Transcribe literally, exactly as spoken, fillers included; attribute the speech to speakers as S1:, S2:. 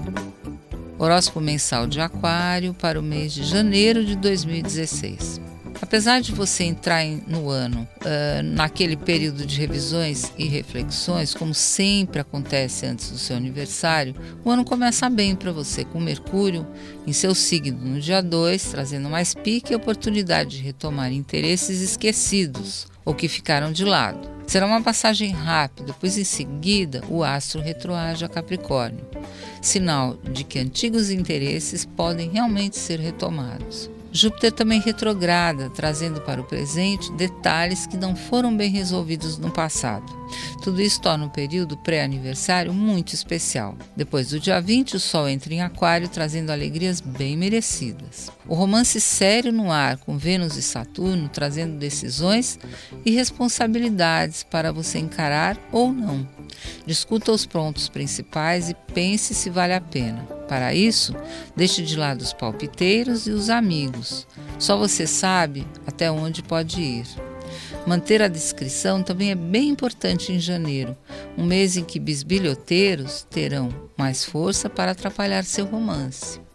S1: Horóscopo mensal de Aquário para o mês de janeiro de dois mil e dezesseis. Apesar de você entrar no ano uh, naquele período de revisões e reflexões, como sempre acontece antes do seu aniversário, o ano começa bem para você, com Mercúrio em seu signo no dia dois, trazendo mais pique e oportunidade de retomar interesses esquecidos ou que ficaram de lado. Será uma passagem rápida, pois em seguida o astro retroage a Capricórnio, sinal de que antigos interesses podem realmente ser retomados. Júpiter também retrograda, trazendo para o presente detalhes que não foram bem resolvidos no passado. Tudo isso torna o período pré-aniversário muito especial. Depois do dia vinte, o Sol entra em Aquário, trazendo alegrias bem merecidas. O romance sério no ar, com Vênus e Saturno, trazendo decisões e responsabilidades para você encarar ou não. Discuta os pontos principais e pense se vale a pena. Para isso, deixe de lado os palpiteiros e os amigos. Só você sabe até onde pode ir. Manter a discrição também é bem importante em janeiro, um mês em que bisbilhoteiros terão mais força para atrapalhar seu romance.